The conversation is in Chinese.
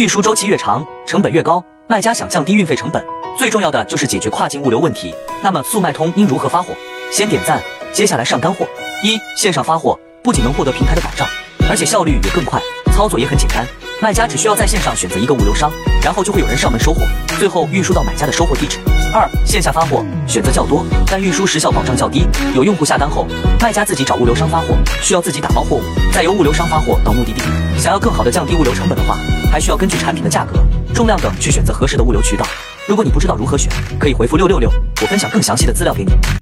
运输周期越长，成本越高，卖家想降低运费成本，最重要的就是解决跨境物流问题。那么速卖通应如何发货？先点赞，接下来上干货。一、线上发货不仅能获得平台的保障，而且效率也更快，操作也很简单。卖家只需要在线上选择一个物流商，然后就会有人上门收货，最后运输到买家的收货地址。二、线下发货选择较多，但运输时效保障较低。有用户下单后，卖家自己找物流商发货，需要自己打包货物，再由物流商发货到目的地。想要更好的降低物流成本的话，还需要根据产品的价格、重量等去选择合适的物流渠道。如果你不知道如何选，可以回复666，我分享更详细的资料给你。